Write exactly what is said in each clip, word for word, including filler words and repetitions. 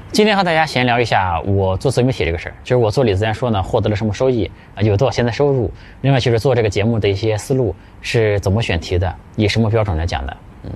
今天和大家闲聊一下我做自媒体这个事儿，就是我做李自然说呢获得了什么收益啊，有多少钱的收入，另外就是做这个节目的一些思路是怎么选题的，以什么标准来讲的。嗯，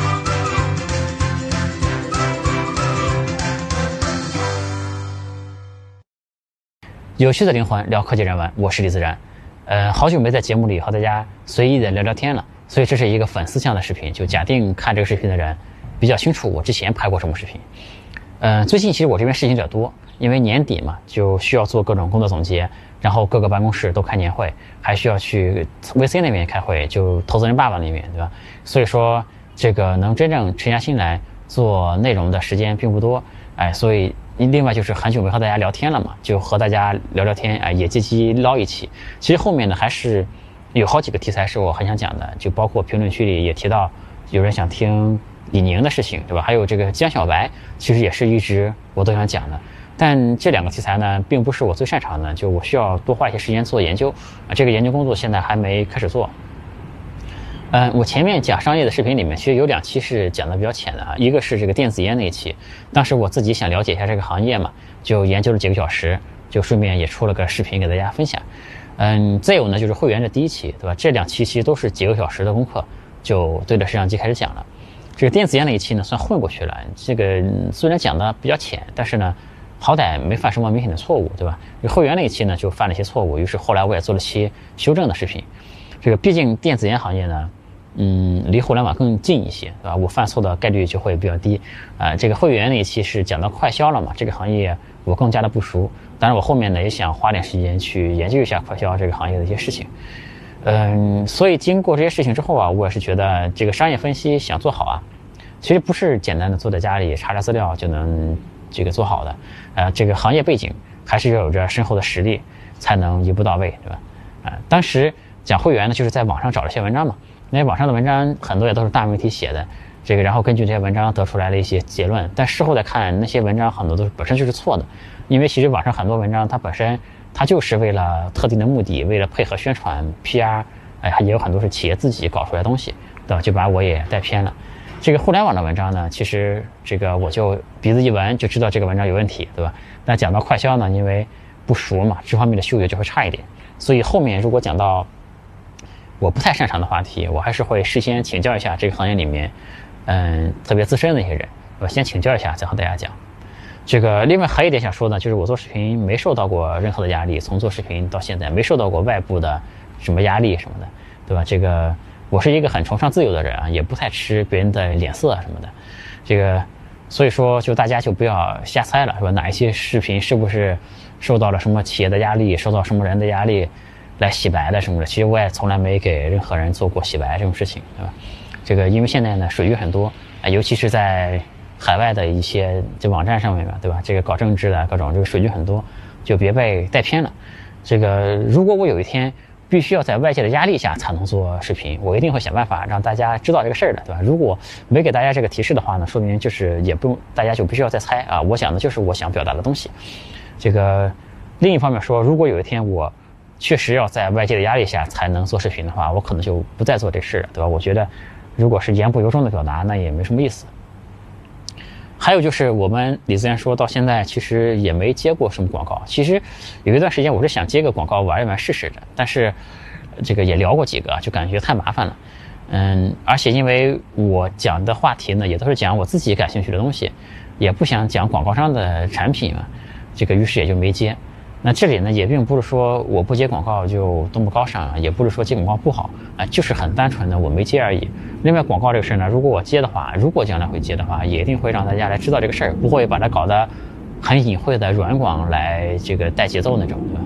有趣的灵魂聊科技人文，我是李自然。呃，好久没在节目里和大家随意的聊聊天了，所以这是一个粉丝向的视频，就假定看这个视频的人比较清楚我之前拍过什么视频。嗯、呃，最近其实我这边事情比较多，因为年底嘛，就需要做各种工作总结，然后各个办公室都开年会，还需要去 V C 那边开会，就投资人爸爸那边，对吧？所以说这个能真正沉下心来做内容的时间并不多，哎，所以另外就是很久没和大家聊天了嘛，就和大家聊聊天，哎，也积极唠一期。其实后面呢还是有好几个题材是我很想讲的，就包括评论区里也提到有人想听李宁的事情，对吧？还有这个江小白，其实也是一直我都想讲的。但这两个题材呢，并不是我最擅长的，就我需要多花一些时间做研究啊。这个研究工作现在还没开始做。嗯，我前面讲商业的视频里面，其实有两期是讲的比较浅的啊。一个是这个电子烟那一期，当时我自己想了解一下这个行业嘛，就研究了几个小时，就顺便也出了个视频给大家分享。嗯，再有呢就是会员的第一期，对吧？这两期其实都是几个小时的功课，就对着摄像机开始讲了。这个电子烟那一期呢，算混过去了。这个虽然讲的比较浅，但是呢，好歹没犯什么明显的错误，对吧？这个会员那一期呢，就犯了一些错误，于是后来我也做了期修正的视频。这个毕竟电子烟行业呢，嗯，离互联网更近一些，对吧？我犯错的概率就会比较低。啊、呃，这个会员那一期是讲到快销了嘛，这个行业我更加的不熟。当然，我后面呢也想花点时间去研究一下快销这个行业的一些事情。嗯，所以经过这些事情之后啊，我也是觉得这个商业分析想做好啊，其实不是简单的坐在家里查查资料就能这个做好的，呃，这个行业背景还是要有着深厚的实力才能一步到位，对吧？啊、呃，当时讲会员呢，就是在网上找了一些文章嘛，那些网上的文章很多也都是大媒体写的，这个然后根据这些文章得出来了一些结论，但事后再看那些文章很多都是本身就是错的，因为其实网上很多文章它本身它就是为了特定的目的，为了配合宣传 P R， 哎，也有很多是企业自己搞出来的东西，对吧？就把我也带偏了。这个互联网的文章呢，其实这个我就鼻子一闻就知道这个文章有问题，对吧？那讲到快销呢，因为不熟嘛，这方面的嗅觉就会差一点，所以后面如果讲到我不太擅长的话题，我还是会事先请教一下这个行业里面嗯特别资深的一些人，我先请教一下再和大家讲。这个另外还有一点想说呢，就是我做视频没受到过任何的压力，从做视频到现在没受到过外部的什么压力什么的，对吧？这个我是一个很崇尚自由的人啊，也不太吃别人的脸色什么的，这个所以说就大家就不要瞎猜了，是吧？哪一些视频是不是受到了什么企业的压力，受到什么人的压力来洗白的什么的？其实我也从来没给任何人做过洗白这种事情，对吧？这个因为现在呢水域很多啊，尤其是在海外的一些这网站上面嘛，对吧？这个搞政治的各种这个水军很多，就别被带偏了。这个如果我有一天必须要在外界的压力下才能做视频，我一定会想办法让大家知道这个事儿的，对吧？如果没给大家这个提示的话呢，说明就是也不用大家就必须要再猜啊。我讲的就是我想表达的东西。这个另一方面说，如果有一天我确实要在外界的压力下才能做视频的话，我可能就不再做这事了，对吧？我觉得如果是言不由衷的表达，那也没什么意思。还有就是我们李自然说到现在其实也没接过什么广告，其实有一段时间我是想接个广告玩一玩试试的，但是这个也聊过几个，就感觉太麻烦了。嗯，而且因为我讲的话题呢也都是讲我自己感兴趣的东西，也不想讲广告商的产品嘛，这个于是也就没接。那这里呢也并不是说我不接广告就多么高尚，也不是说接广告不好啊，就是很单纯的我没接而已。另外广告这个事呢，如果我接的话，如果将来会接的话，也一定会让大家来知道这个事儿，不会把它搞得很隐晦的软广来这个带节奏那种，对吧？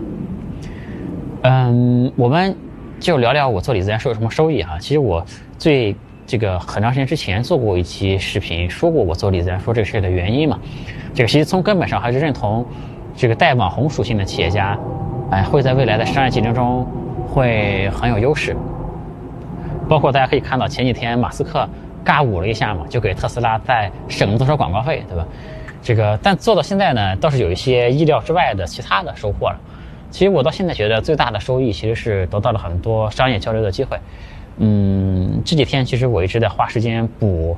嗯，我们就聊聊我做李自然说有什么收益哈。其实我最这个很长时间之前做过一期视频，说过我做李自然说这个事的原因嘛。这个其实从根本上还是认同这个带网红属性的企业家，哎，会在未来的商业竞争中会很有优势。包括大家可以看到前几天马斯克尬舞了一下嘛，就给特斯拉再省了多少广告费，对吧？这个但做到现在呢，倒是有一些意料之外的其他的收获了。其实我到现在觉得最大的收益其实是得到了很多商业交流的机会。嗯，这几天其实我一直在花时间补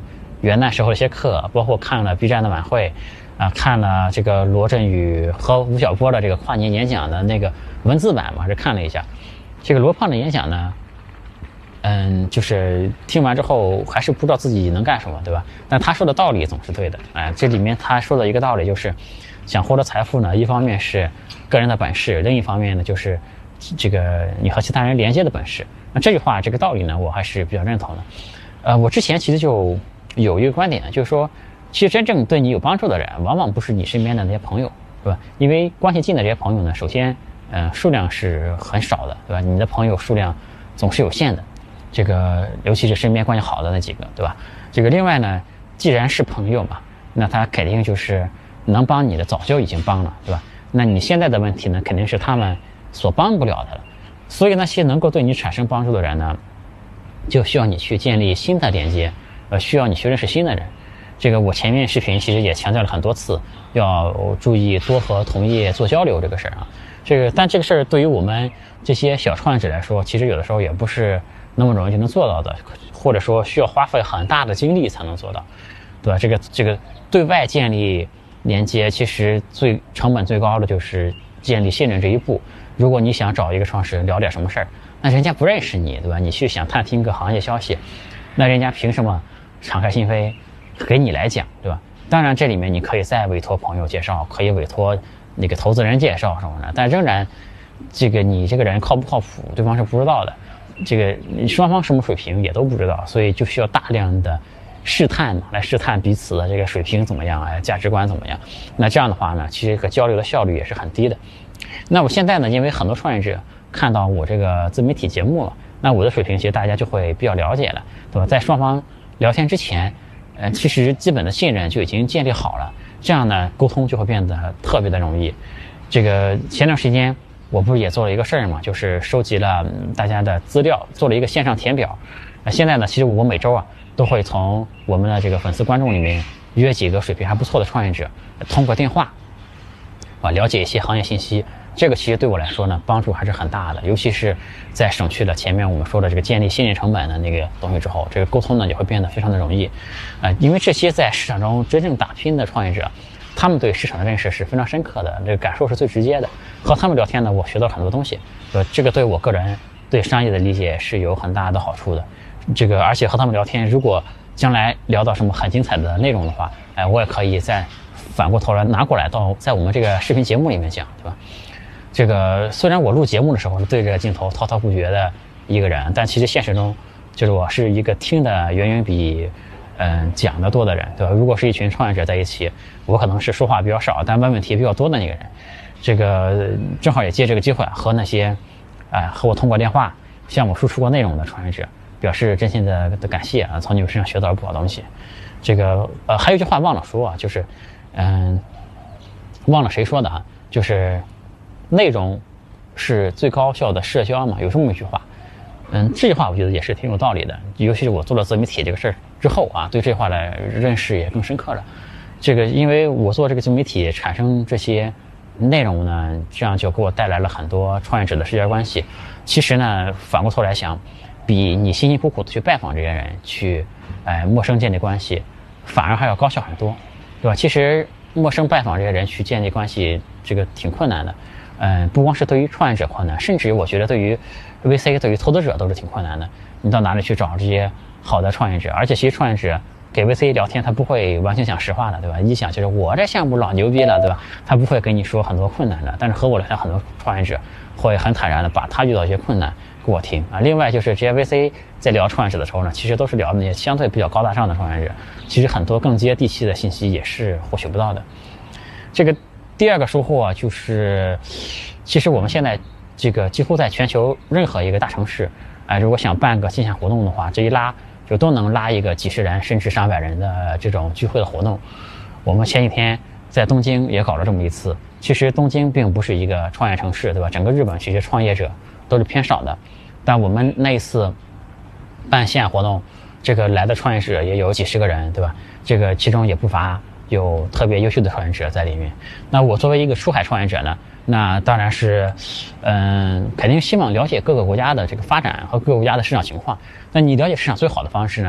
元旦时候的一些课，包括看了 B 站的晚会，啊、呃，看了这个罗振宇和吴晓波的这个跨年演讲的那个文字版嘛，是看了一下。这个罗胖的演讲呢，嗯，就是听完之后还是不知道自己能干什么，对吧？但他说的道理总是对的，哎、呃，这里面他说的一个道理就是，想获得财富呢，一方面是个人的本事，另一方面呢就是这个你和其他人连接的本事。那这句话这个道理呢，我还是比较认同的。呃，我之前其实就有一个观点，就是说，其实真正对你有帮助的人，往往不是你身边的那些朋友，对吧？因为关系近的这些朋友呢，首先，嗯、呃，数量是很少的，对吧？你的朋友数量总是有限的，这个尤其是身边关系好的那几个，对吧？这个另外呢，既然是朋友嘛，那他肯定就是能帮你的，早就已经帮了，对吧？那你现在的问题呢，肯定是他们所帮不了的了。所以那些能够对你产生帮助的人呢，就需要你去建立新的连接，呃，需要你去认识新的人。这个我前面视频其实也强调了很多次，要注意多和同业做交流这个事儿啊。这个但这个事儿对于我们这些小创业者来说，其实有的时候也不是那么容易就能做到的，或者说需要花费很大的精力才能做到，对吧？这个这个对外建立连接，其实最成本最高的就是建立信任这一步。如果你想找一个创始人聊点什么事儿，那人家不认识你，对吧？你去想探听个行业消息，那人家凭什么敞开心扉给你来讲，对吧？当然这里面你可以再委托朋友介绍，可以委托那个投资人介绍什么的，但仍然这个你这个人靠不靠谱，对方是不知道的，这个双方什么水平也都不知道，所以就需要大量的试探嘛，来试探彼此的这个水平怎么样，哎，价值观怎么样。那这样的话呢，其实这个交流的效率也是很低的。那我现在呢，因为很多创业者看到我这个自媒体节目了，那我的水平其实大家就会比较了解了，对吧？在双方聊天之前，呃，其实基本的信任就已经建立好了，这样呢，沟通就会变得特别的容易。这个前段时间我不是也做了一个事儿嘛，就是收集了大家的资料，做了一个线上填表。那现在呢，其实我每周啊都会从我们的这个粉丝观众里面约几个水平还不错的创业者，通过电话啊了解一些行业信息。这个其实对我来说呢，帮助还是很大的，尤其是在省去了前面我们说的这个建立信任成本的那个东西之后，这个沟通呢也会变得非常的容易。呃，因为这些在市场中真正打拼的创业者，他们对市场的认识是非常深刻的，这个感受是最直接的。和他们聊天呢，我学到很多东西，呃，这个对我个人对商业的理解是有很大的好处的。这个而且和他们聊天，如果将来聊到什么很精彩的内容的话，哎、呃，我也可以再反过头来拿过来到在我们这个视频节目里面讲，对吧？这个虽然我录节目的时候是对着镜头滔滔不绝的一个人，但其实现实中就是我是一个听的远远比嗯讲的多的人，对吧？如果是一群创业者在一起，我可能是说话比较少但问问题比较多的那个人。这个正好也借这个机会和那些哎、呃、和我通过电话向我输出过内容的创业者表示真心的的感谢啊，从你们身上学到了不少东西。这个呃还有一句话忘了说啊，就是嗯忘了谁说的啊，就是内容是最高效的社交嘛，有这么一句话。嗯，这句话我觉得也是挺有道理的，尤其是我做了自媒体这个事儿之后啊，对这句话的认识也更深刻了。这个因为我做这个自媒体产生这些内容呢，这样就给我带来了很多创业者的社交关系。其实呢，反过头来想，比你辛辛苦苦的去拜访这些人，去哎陌生建立关系，反而还要高效很多，对吧？其实陌生拜访这些人去建立关系，这个挺困难的。嗯，不光是对于创业者困难，甚至我觉得对于 V C、对于投资者都是挺困难的。你到哪里去找这些好的创业者？而且其实创业者给 V C 聊天，他不会完全讲实话的，对吧？一想就是我这项目老牛逼了，对吧？他不会跟你说很多困难的。但是和我聊天，很多创业者会很坦然的把他遇到一些困难给我听啊。另外就是这些 V C 在聊创业者的时候呢，其实都是聊那些相对比较高大上的创业者，其实很多更接地气的信息也是获取不到的。这个第二个收获啊，就是其实我们现在这个几乎在全球任何一个大城市，哎、呃，如果想办个线下活动的话，这一拉就都能拉一个几十人甚至上百人的这种聚会的活动。我们前几天在东京也搞了这么一次。其实东京并不是一个创业城市，对吧？整个日本其实创业者都是偏少的，但我们那一次办线下活动，这个来的创业者也有几十个人，对吧？这个其中也不乏有特别优秀的创业者在里面。那我作为一个出海创业者呢，那当然是嗯肯定希望了解各个国家的这个发展和各个国家的市场情况。那你了解市场最好的方式呢，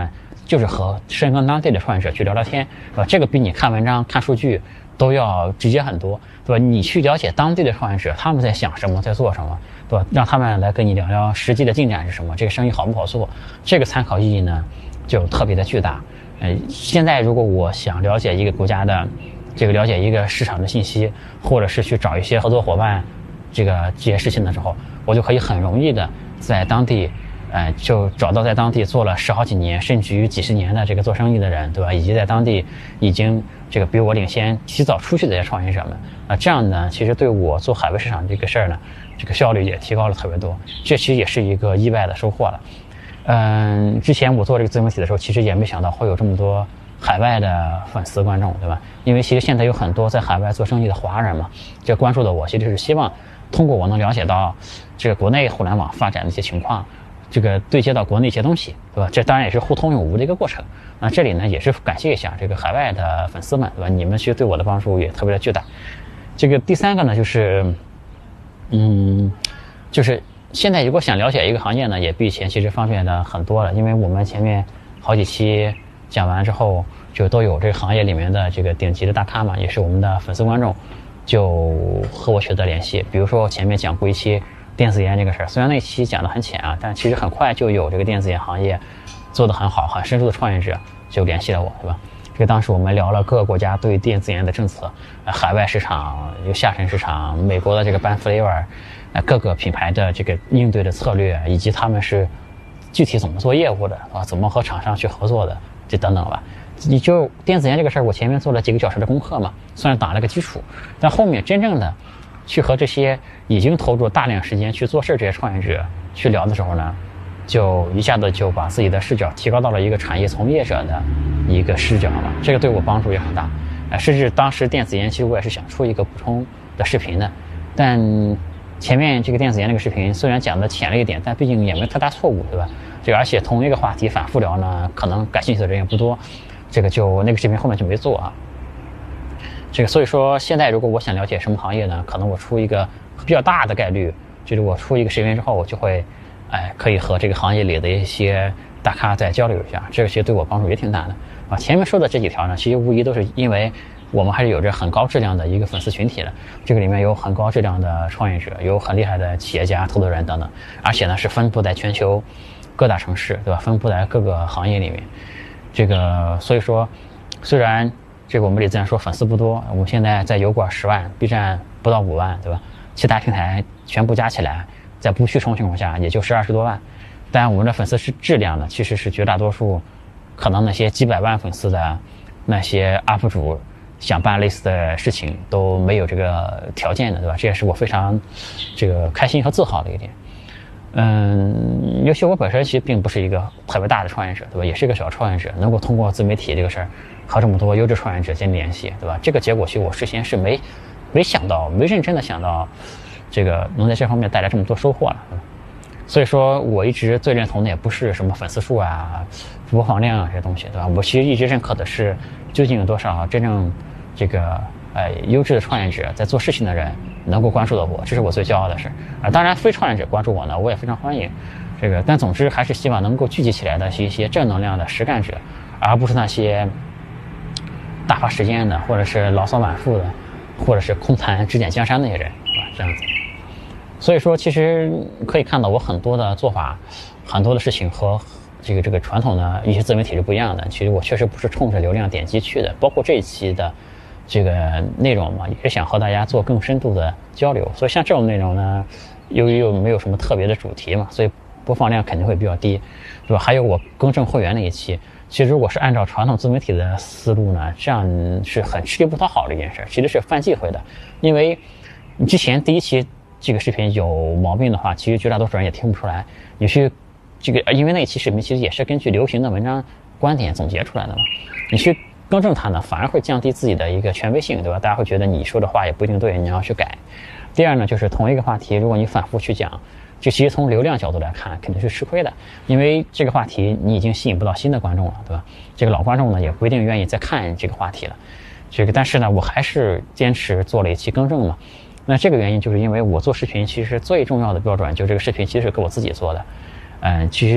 就是和深耕当地的创业者去聊聊天，对吧？这个比你看文章、看数据都要直接很多，对吧？你去了解当地的创业者，他们在想什么，在做什么，对吧？让他们来跟你聊聊实际的进展是什么，这个生意好不好做，这个参考意义呢就特别的巨大。呃，现在如果我想了解一个国家的这个了解一个市场的信息，或者是去找一些合作伙伴，这个这些事情的时候，我就可以很容易的在当地。呃，就找到在当地做了十好几年，甚至于几十年的这个做生意的人，对吧？以及在当地已经这个比我领先、提早出去的这些创业者们，啊、呃，这样呢，其实对我做海外市场这个事儿呢，这个效率也提高了特别多。这其实也是一个意外的收获了。嗯，之前我做这个自媒体的时候，其实也没想到会有这么多海外的粉丝观众，对吧？因为其实现在有很多在海外做生意的华人嘛，这关注的我，其实是希望通过我能了解到这个国内互联网发展的一些情况。这个对接到国内一些东西，对吧？这当然也是互通有无的一个过程。那这里呢，也是感谢一下这个海外的粉丝们，对吧？你们其实对我的帮助也特别的巨大。这个第三个呢，就是，嗯，就是现在如果想了解一个行业呢，也比以前其实方便的很多了，因为我们前面好几期讲完之后，就都有这个行业里面的这个顶级的大咖嘛，也是我们的粉丝观众，就和我取得联系。比如说前面讲过一期。电子烟这个事儿，虽然那期讲的很浅啊，但其实很快就有这个电子烟行业做得很好、很深入的创业者就联系了我，对吧？这个当时我们聊了各个国家对电子烟的政策，呃、海外市场、有下沉市场、美国的这个 ban flavor， 呃，各个品牌的这个应对的策略，以及他们是具体怎么做业务的啊，怎么和厂商去合作的，这等等吧。你就电子烟这个事儿，我前面做了几个小时的功课嘛，算是打了个基础，但后面真正的。去和这些已经投入大量时间去做事这些创业者去聊的时候呢，就一下子就把自己的视角提高到了一个产业从业者的一个视角了，这个对我帮助也很大。呃，甚至当时电子烟其实我也是想出一个补充的视频的，但前面这个电子烟那个视频虽然讲的浅了一点，但毕竟也没有太大错误，对吧？这个而且同一个话题反复聊呢，可能感兴趣的人也不多，这个就那个视频后面就没做啊。这个所以说，现在如果我想了解什么行业呢，可能我出一个比较大的概率，就是我出一个视频之后，我就会，哎，可以和这个行业里的一些大咖再交流一下，这个其实对我帮助也挺大的啊。前面说的这几条呢，其实无疑都是因为我们还是有着很高质量的一个粉丝群体的，这个里面有很高质量的创业者，有很厉害的企业家、投资人等等，而且呢是分布在全球各大城市，对吧？分布在各个行业里面，这个所以说，虽然。这个我们李自然说粉丝不多，我们现在在油管十万 ，B 站不到五万，对吧？其他平台全部加起来，在不去冲情况下，也就十二十多万。但我们的粉丝是质量呢，其实是绝大多数，可能那些几百万粉丝的那些 U P 主想办类似的事情都没有这个条件的，对吧？这也是我非常这个开心和自豪的一点。嗯，尤其我本身其实并不是一个特别大的创业者，对吧？也是一个小创业者，能够通过自媒体这个事儿和这么多优质创业者间联系，对吧？这个结果其实我事先是没没想到，没认真的想到，这个能在这方面带来这么多收获了，对吧？所以说我一直最认同的也不是什么粉丝数啊、播放量啊这些东西，对吧？我其实一直认可的是究竟有多少真正这个呃优质的创业者在做事情的人能够关注到我，这是我最骄傲的事啊。当然非创业者关注我呢，我也非常欢迎。这个但总之还是希望能够聚集起来的是一些正能量的实干者，而不是那些打发时间的，或者是牢骚满腹的，或者是空谈指点江山那些人，是吧？这样子。所以说其实可以看到我很多的做法，很多的事情和这个这个传统的一些自媒体是不一样的。其实我确实不是冲着流量点击去的，包括这一期的这个内容嘛，也是想和大家做更深度的交流。所以像这种内容呢，由于又没有什么特别的主题嘛，所以播放量肯定会比较低，对吧？还有我更正会员那一期，其实如果是按照传统自媒体的思路呢，这样是很吃力不讨好的一件事，其实是犯忌讳的。因为你之前第一期这个视频有毛病的话，其实绝大多数人也听不出来。你去这个，因为那一期视频其实也是根据流行的文章观点总结出来的嘛，你去更正它呢，反而会降低自己的一个权威性，对吧？大家会觉得你说的话也不一定对，你要去改。第二呢，就是同一个话题，如果你反复去讲，就其实从流量角度来看，肯定是吃亏的，因为这个话题你已经吸引不到新的观众了，对吧？这个老观众呢，也不一定愿意再看这个话题了。这个，但是呢，我还是坚持做了一期更正嘛。那这个原因就是因为我做视频，其实最重要的标准，就这个视频其实是给我自己做的。嗯，其实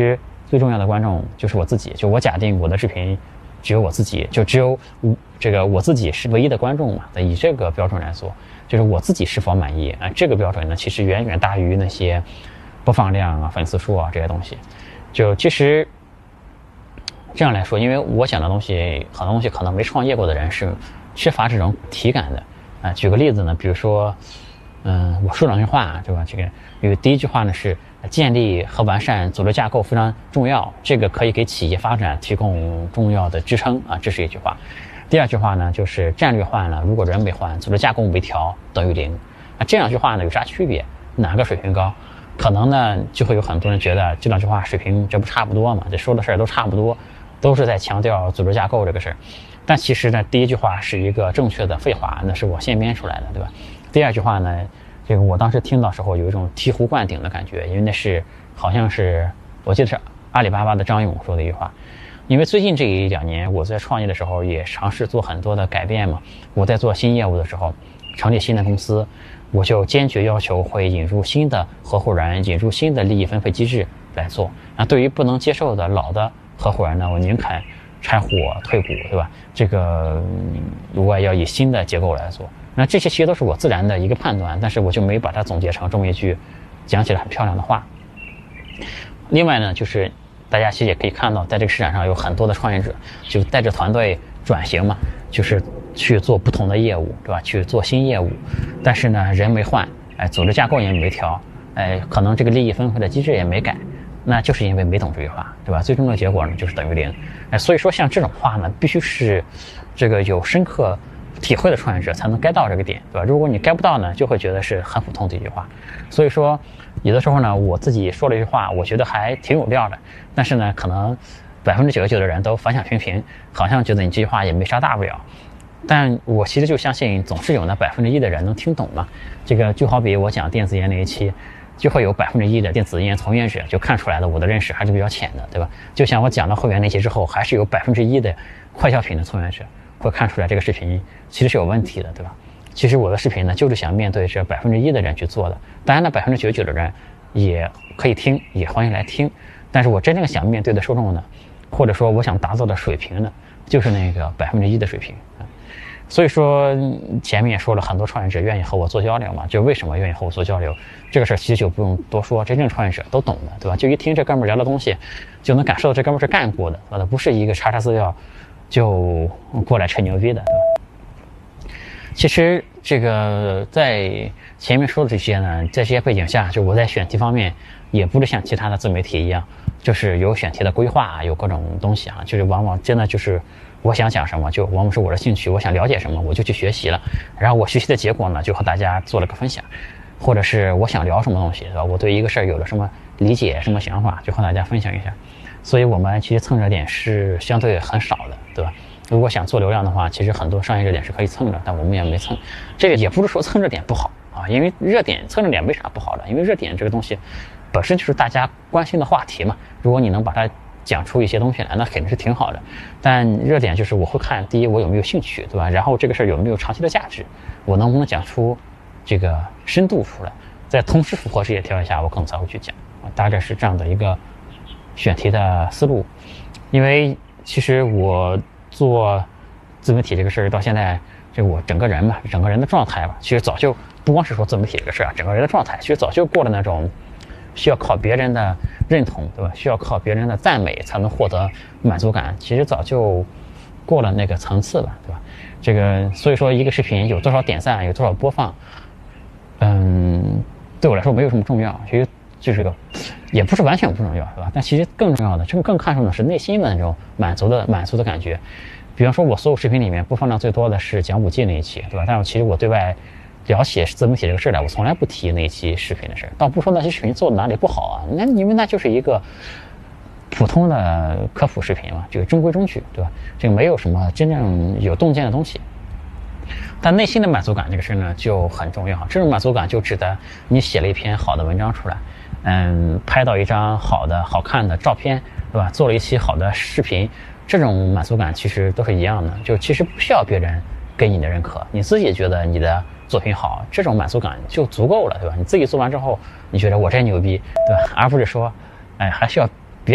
最重要的观众就是我自己，就我假定我的视频只有我自己，就只有我这个我自己是唯一的观众嘛，以这个标准来做，就是我自己是否满意啊？这个标准呢，其实远远大于那些播放量啊、粉丝数啊这些东西。就其实这样来说，因为我讲的东西，很多东西可能没创业过的人是缺乏这种体感的啊。举个例子呢，比如说，嗯，我说两句话，对吧？这个有第一句话呢是建立和完善组织架构非常重要，这个可以给企业发展提供重要的支撑啊，这是一句话。第二句话呢，就是战略换了，如果人没换，组织架构没调，等于零。那这两句话呢有啥区别？哪个水平高？可能呢就会有很多人觉得这两句话水平这不差不多嘛，这说的事儿都差不多，都是在强调组织架构这个事儿。但其实呢，第一句话是一个正确的废话，那是我现编出来的，对吧？第二句话呢，这个我当时听到时候有一种醍醐灌顶的感觉，因为那是好像是我记得是阿里巴巴的张勇说的一句话。因为最近这一两年我在创业的时候也尝试做很多的改变嘛，我在做新业务的时候，成立新的公司，我就坚决要求会引入新的合伙人，引入新的利益分配机制来做。那对于不能接受的老的合伙人呢，我宁肯拆伙退股，对吧？这个我也要以新的结构来做。那这些其实都是我自然的一个判断，但是我就没把它总结成这么一句讲起来很漂亮的话。另外呢，就是大家其实也可以看到，在这个市场上有很多的创业者就带着团队转型嘛，就是去做不同的业务，对吧？去做新业务，但是呢，人没换，哎，组织架构也没调，哎，可能这个利益分配的机制也没改，那就是因为没懂这句话，对吧？最终的结果呢，就是等于零。哎，所以说像这种话呢，必须是这个有深刻体会的创业者才能 get 到这个点，对吧？如果你 get 不到呢，就会觉得是很普通的一句话。所以说，有的时候呢，我自己说了一句话，我觉得还挺有料的，但是呢，可能百分之九十九的人都反响平平，好像觉得你这句话也没啥大不了。但我其实就相信，总是有那百分之一的人能听懂嘛。这个就好比我讲电子烟那一期，就会有百分之一的电子烟从业者就看出来了我的认识还是比较浅的，对吧？就像我讲到会员那期之后，还是有百分之一的快消品的从业者会看出来这个视频其实是有问题的，对吧？其实我的视频呢，就是想面对这百分之一的人去做的。当然了，百分之九十九的人也可以听，也欢迎来听。但是我真正想面对的受众呢，或者说我想达到的水平呢，就是那个百分之一的水平啊。所以说前面也说了，很多创业者愿意和我做交流嘛，就为什么愿意和我做交流，这个事其实就不用多说，真正创业者都懂的，对吧？就一听这哥们儿聊的东西，就能感受到这哥们儿是干过的，对吧？不是一个查查资料就过来吹牛逼的，对吧？其实这个在前面说的这些呢，在这些背景下，就我在选题方面也不是像其他的自媒体一样，就是有选题的规划，有各种东西啊，就是往往真的就是我想讲什么，就往往是我的兴趣，我想了解什么，我就去学习了，然后我学习的结果呢，就和大家做了个分享，或者是我想聊什么东西，对吧？我对一个事儿有了什么理解、什么想法，就和大家分享一下。所以我们其实蹭热点是相对很少的，对吧？如果想做流量的话，其实很多商业热点是可以蹭的，但我们也没蹭。这个也不是说蹭热点不好啊，因为热点蹭热点没啥不好的，因为热点这个东西本身就是大家关心的话题嘛。如果你能把它讲出一些东西来，那肯定是挺好的。但热点就是我会看，第一我有没有兴趣，对吧？然后这个事儿有没有长期的价值，我能不能讲出这个深度出来，在同时符合这些条件下，我可能才会去讲。大概是这样的一个选题的思路。因为其实我做自媒体这个事儿到现在，这我整个人嘛，整个人的状态吧，其实早就不光是说自媒体这个事儿啊，整个人的状态其实早就过了那种需要靠别人的认同，对吧？需要靠别人的赞美才能获得满足感，其实早就过了那个层次了，对吧？这个所以说一个视频有多少点赞，有多少播放，嗯，对我来说没有什么重要，其实就是个也不是完全不重要，对吧？但其实更重要的，这个更看重的是内心的那种满足的满足的感觉。比方说我所有视频里面播放量最多的是讲五 G 那一期，对吧？但是其实我对外聊起自媒体这个事来，我从来不提那一期视频的事，倒不说那些视频做的哪里不好啊，那因为那就是一个普通的科普视频嘛，就是中规中矩，对吧？这个没有什么真正有洞见的东西。但内心的满足感这个事呢就很重要，这种满足感就指的你写了一篇好的文章出来，嗯，拍到一张好的好看的照片，对吧？做了一期好的视频，这种满足感其实都是一样的，就其实不需要别人给你的认可，你自己觉得你的作品好，这种满足感就足够了，对吧？你自己做完之后，你觉得我真牛逼，对吧？而不是说，哎，还需要别人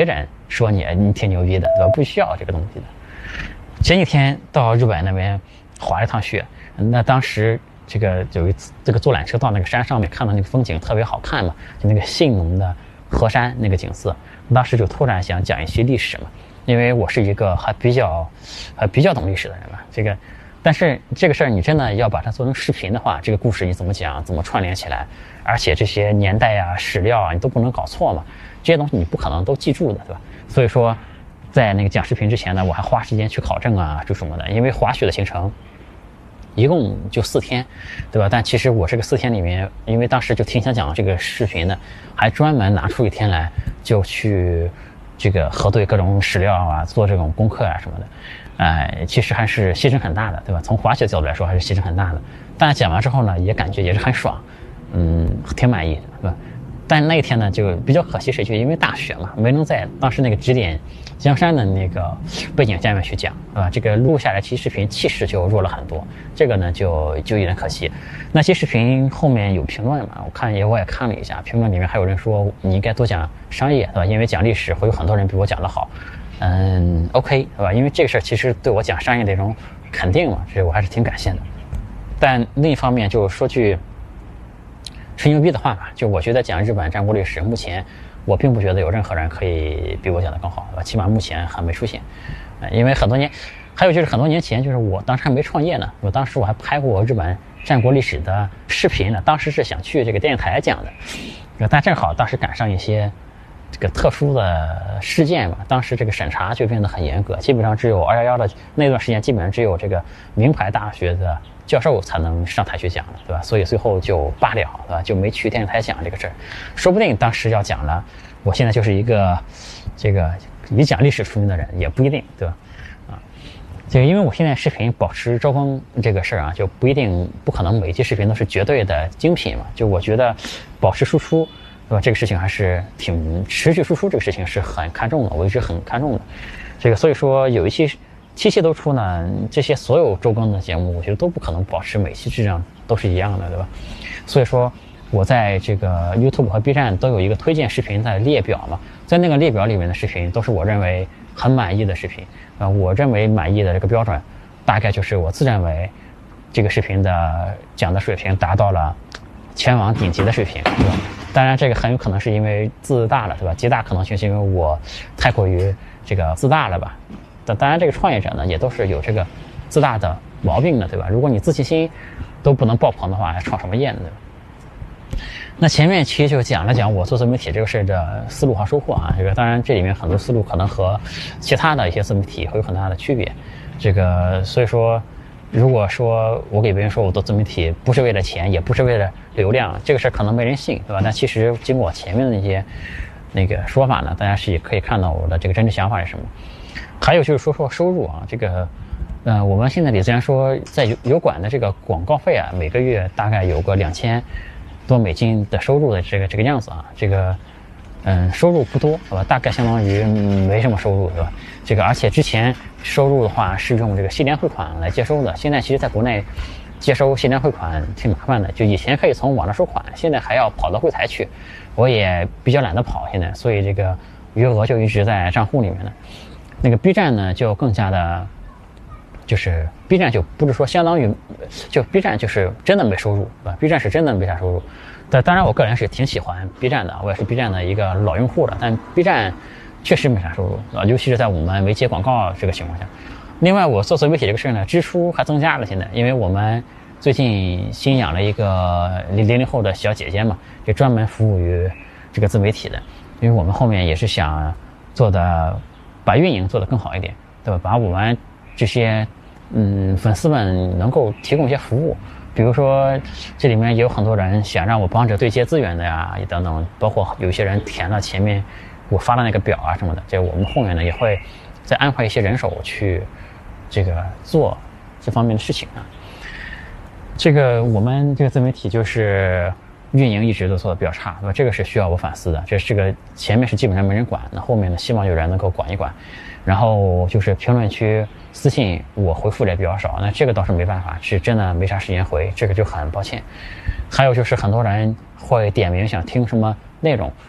说你你挺牛逼的，对吧？不需要这个东西的。前几天到日本那边滑了一趟雪，那当时这个有一次这个坐缆车到那个山上面，看到那个风景特别好看嘛，就那个信浓的河山那个景色，当时就突然想讲一些历史嘛，因为我是一个还比较还比较懂历史的人嘛，这个但是这个事儿你真的要把它做成视频的话，这个故事你怎么讲，怎么串联起来，而且这些年代啊史料啊你都不能搞错嘛，这些东西你不可能都记住的，对吧？所以说在那个讲视频之前呢，我还花时间去考证啊这什么的，因为滑雪的行程一共就四天，对吧？但其实我这个四天里面，因为当时就挺想讲这个视频的，还专门拿出一天来就去这个核对各种史料啊，做这种功课啊什么的，呃，其实还是牺牲很大的，对吧？从滑雪角度来说还是牺牲很大的。但是讲完之后呢，也感觉也是很爽，嗯，挺满意的，对吧？但那一天呢，就比较可惜，是就因为大雪嘛，没能在当时那个指点江山的那个背景下面去讲，啊，这个录下来其实视频气势就弱了很多，这个呢就就有点可惜。那些视频后面有评论嘛，我看也我也看了一下，评论里面还有人说你应该多讲商业，对吧？因为讲历史会有很多人比我讲得好，嗯 ，OK， 对吧？因为这个事儿其实对我讲商业的一种肯定嘛，这我还是挺感谢的。但另一方面就说句吹牛逼的话吧，就我觉得讲日本战国历史，目前我并不觉得有任何人可以比我讲的更好，对吧？起码目前还没出现，呃，因为很多年，还有就是很多年前，就是我当时还没创业呢，我当时我还拍过日本战国历史的视频呢，当时是想去这个电视台讲的，但正好当时赶上一些这个特殊的事件嘛，当时这个审查就变得很严格，基本上只有二一一的那段时间，基本上只有这个名牌大学的教授才能上台去讲的，对吧？所以最后就罢了，对吧？就没去电视台讲这个事儿。说不定当时要讲了，我现在就是一个这个以讲历史出名的人，也不一定，对吧？啊，这个因为我现在视频保持周更这个事儿啊，就不一定不可能每一期视频都是绝对的精品嘛。就我觉得保持输出，对吧？这个事情还是挺持续输出，这个事情是很看重的，我一直很看重的。这个所以说有一期七期都出呢，这些所有周更的节目，我觉得都不可能保持每期质量都是一样的，对吧？所以说我在这个 YouTube 和 B 站都有一个推荐视频的列表嘛，在那个列表里面的视频都是我认为很满意的视频啊，我认为满意的这个标准，大概就是我自认为这个视频的讲的水平达到了全网顶级的水平，对吧？当然这个很有可能是因为自大了，对吧？极大可能性是因为我太过于这个自大了吧。但当然这个创业者呢也都是有这个自大的毛病的，对吧？如果你自信心都不能爆棚的话，还创什么业呢，对吧？那前面其实就讲了讲我做自媒体这个事的思路和收获啊，这个当然这里面很多思路可能和其他的一些自媒体会有很大的区别，这个所以说如果说我给别人说我做自媒体不是为了钱，也不是为了流量，这个事可能没人信，对吧？但其实经过前面的那些那个说法呢，大家是也可以看到我的这个真实想法是什么。还有就是说说收入啊，这个，呃，我们现在李自然说在油油管的这个广告费啊，每个月大概有个两千多美金的收入的这个这个样子啊，这个，嗯，收入不多，对吧？大概相当于没什么收入，对吧？这个而且之前收入的话是用这个西联汇款来接收的，现在其实在国内接收西联汇款挺麻烦的，就以前可以从网上收款，现在还要跑到柜台去，我也比较懒得跑现在，所以这个余额就一直在账户里面的。那个 B 站呢就更加的，就是 B 站就不是说相当于，就 B 站就是真的没收入，对吧 ？B 站是真的没啥收入。但当然我个人是挺喜欢 B 站的，我也是 B 站的一个老用户了。但 B 站确实没啥收入啊，尤其是在我们没接广告这个情况下。另外我做自媒体这个事呢，支出还增加了。现在因为我们最近新养了一个零零后的小姐姐嘛，就专门服务于这个自媒体的。因为我们后面也是想做的。把运营做得更好一点，对吧？把我们这些嗯粉丝们能够提供一些服务，比如说这里面也有很多人想让我帮着对接资源的呀，等等，包括有些人填了前面我发的那个表啊什么的，这我们后面呢也会再安排一些人手去这个做这方面的事情啊。这个我们这个自媒体就是运营一直都做的比较差，对吧？这个是需要我反思的。这这个前面是基本上没人管，那后面呢，希望有人能够管一管。然后就是评论区私信我回复的也比较少，那这个倒是没办法，是真的没啥时间回，这个就很抱歉。还有就是很多人会点名想听什么内容，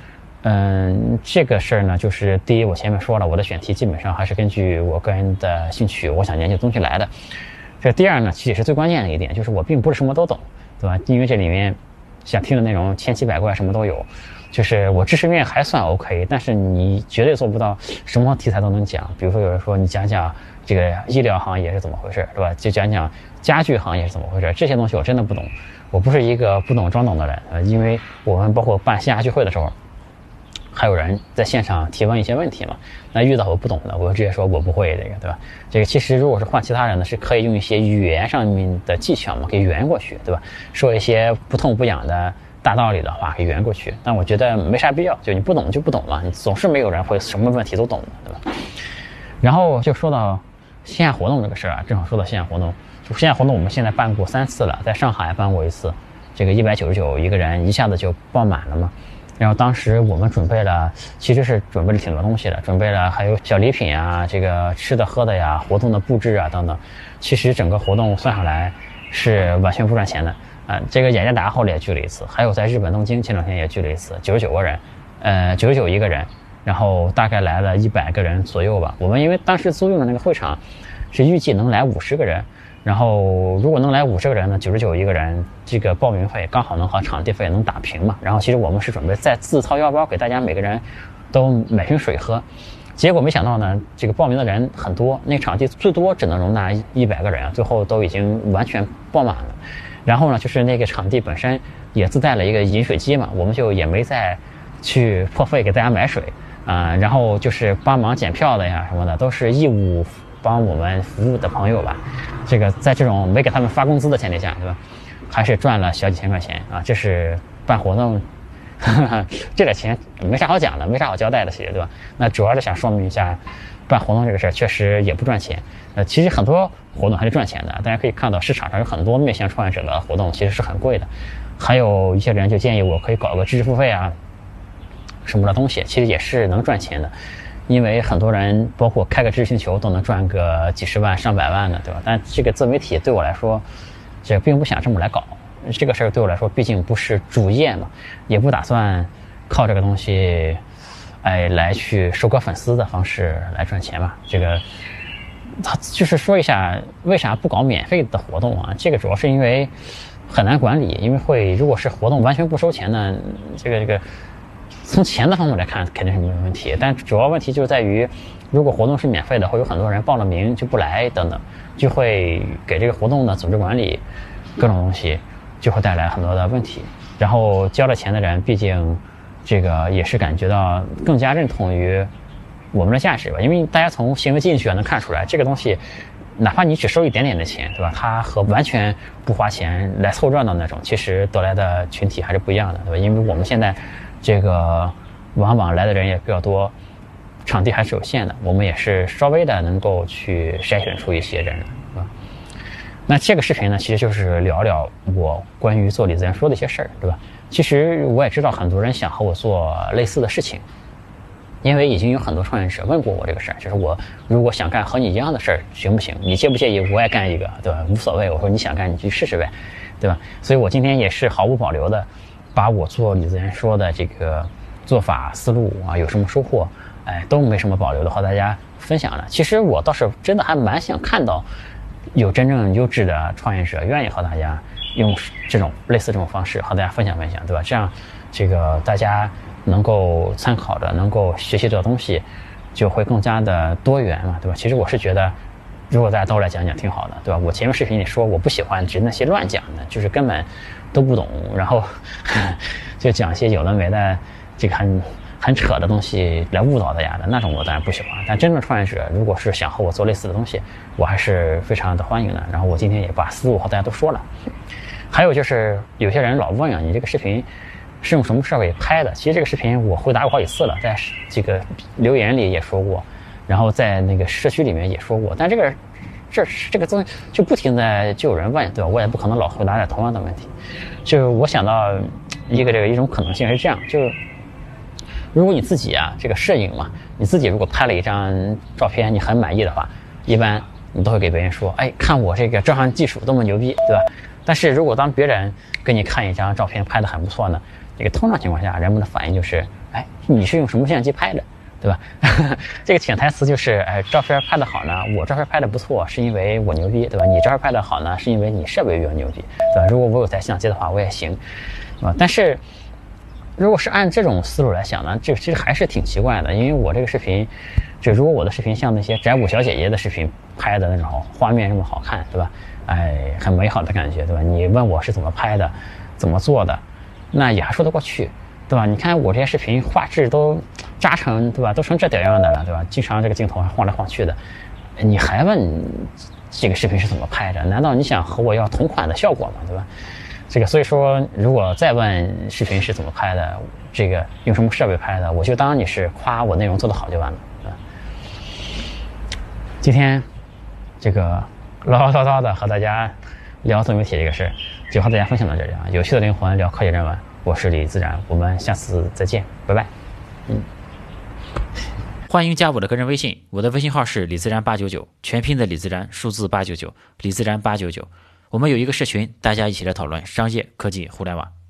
嗯，这个事儿呢，就是第一，我前面说了，我的选题基本上还是根据我个人的兴趣，我想研究东西来的。这第二呢，其实也是最关键的一点，就是我并不是什么都懂，对吧？因为这里面想听的内容千奇百怪，什么都有。就是我知识面还算 OK， 但是你绝对做不到什么题材都能讲。比如说有人说你讲讲这个医疗行业是怎么回事，对吧？就讲讲家具行业是怎么回事，这些东西我真的不懂。我不是一个不懂装懂的人，呃，因为我们包括办线下聚会的时候，还有人在现场提问一些问题嘛，那遇到我不懂的，我就直接说我不会这个，对吧？这个其实如果是换其他人呢，是可以用一些语言上面的技巧嘛，给圆过去，对吧？说一些不痛不痒的大道理的话给圆过去，但我觉得没啥必要，就你不懂就不懂嘛，你总是没有人会什么问题都懂的，对吧？然后就说到线下活动这个事儿啊，正好说到线下活动，就线下活动我们现在办过三次了，在上海办过一次，这个一百九十九一个人一下子就爆满了嘛。然后当时我们准备了，其实是准备了挺多东西的，准备了还有小礼品啊，这个吃的喝的呀，活动的布置啊等等。其实整个活动算下来是完全不赚钱的。啊、呃，这个雅加达后来也聚了一次，还有在日本东京前两天也聚了一次，九十九个人，呃，九十九一个人，然后大概来了一百个人左右吧。我们因为当时租用的那个会场是预计能来五十个人，然后如果能来五十个人呢，九十九一个人，这个报名费刚好能和场地费能打平嘛。然后其实我们是准备再自掏腰包给大家每个人都买瓶水喝，结果没想到呢，这个报名的人很多，那个场地最多只能容纳一百个人，最后都已经完全爆满了。然后呢，就是那个场地本身也自带了一个饮水机嘛，我们就也没再去破费给大家买水啊、呃。然后就是帮忙检票的呀什么的，都是义务帮我们服务的朋友吧。这个在这种没给他们发工资的前提下，对吧？还是赚了小几千块钱啊！这是办活动，呵呵这点钱没啥好讲的，没啥好交代的，其实对吧？那主要是想说明一下，办活动这个事儿确实也不赚钱。呃，其实很多活动还是赚钱的，大家可以看到市场上有很多面向创业者的活动其实是很贵的。还有一些人就建议我可以搞个知识付费啊什么的东西，其实也是能赚钱的。因为很多人包括开个知识星球都能赚个几十万上百万的，对吧？但这个自媒体对我来说，这并不想这么来搞。这个事儿对我来说毕竟不是主业嘛，也不打算靠这个东西哎来去收割粉丝的方式来赚钱嘛。这个他就是说一下为啥不搞免费的活动啊？这个主要是因为很难管理，因为会如果是活动完全不收钱呢，这个这个从钱的方面来看肯定是没有问题，但主要问题就在于，如果活动是免费的，会有很多人报了名就不来等等，就会给这个活动的组织管理各种东西就会带来很多的问题。然后交了钱的人，毕竟这个也是感觉到更加认同于我们的价值吧，因为大家从行为进去能看出来，这个东西哪怕你只收一点点的钱，对吧？它和完全不花钱来凑热闹那种，其实得来的群体还是不一样的，对吧？因为我们现在这个往往来的人也比较多，场地还是有限的，我们也是稍微的能够去筛选出一些人，是吧？那这个视频呢，其实就是聊聊我关于做李自然说的一些事儿，对吧？其实我也知道很多人想和我做类似的事情。因为已经有很多创业者问过我这个事儿，就是我如果想干和你一样的事儿，行不行？你介不介意我也干一个，对吧？无所谓，我说你想干你去试试呗，对吧？所以我今天也是毫无保留的把我做李自然说的这个做法思路啊，有什么收获，哎，都没什么保留的和大家分享了。其实我倒是真的还蛮想看到有真正优质的创业者愿意和大家用这种类似这种方式和大家分享分享，对吧？这样这个大家能够参考的能够学习的东西就会更加的多元嘛，对吧？其实我是觉得如果大家都来讲讲挺好的，对吧？我前面视频里说我不喜欢只那些乱讲的，就是根本都不懂，然后就讲些有的没的这个很很扯的东西来误导大家的那种，我当然不喜欢。但真正创业者如果是想和我做类似的东西，我还是非常的欢迎的。然后我今天也把思路和大家都说了。还有就是有些人老问啊，你这个视频是用什么设备拍的？其实这个视频我回答过好几次了，在这个留言里也说过，然后在那个社区里面也说过。但这个这这个东西就不停的就有人问，对吧？我也不可能老回答同样的问题。就是我想到一个这个一种可能性是这样，就是如果你自己啊这个摄影嘛，你自己如果拍了一张照片你很满意的话，一般你都会给别人说，哎，看我这个照相技术多么牛逼，对吧？但是如果当别人给你看一张照片拍得很不错呢，这个通常情况下人们的反应就是哎，你是用什么相机拍的，对吧？这个潜台词就是，哎，照片拍的好呢，我照片拍的不错，是因为我牛逼，对吧？你照片拍的好呢，是因为你设备比较牛逼，对吧？如果我有台相机的话，我也行，对吧？但是如果是按这种思路来想呢，这个其实还是挺奇怪的，因为我这个视频，这如果我的视频像那些宅舞小姐姐的视频拍的那种画面这么好看，对吧？哎，很美好的感觉，对吧？你问我是怎么拍的，怎么做的，那也还说得过去，对吧？你看我这些视频画质都扎成，对吧？都成这屌样的了，对吧？经常这个镜头还晃来晃去的，你还问这个视频是怎么拍的？难道你想和我要同款的效果吗？对吧？这个所以说，如果再问视频是怎么拍的，这个用什么设备拍的，我就当你是夸我内容做得好就完了，对吧？今天这个唠唠叨叨的和大家聊自媒体这个事，就和大家分享到这里啊。有趣的灵魂聊科技人文，我是李自然，我们下次再见，拜拜。嗯， 欢迎加我的个人微信，我的微信号是李自然八九九，全拼的李自然，数字八九九，李自然八九九。我们有一个社群，大家一起来讨论商业、科技、互联网。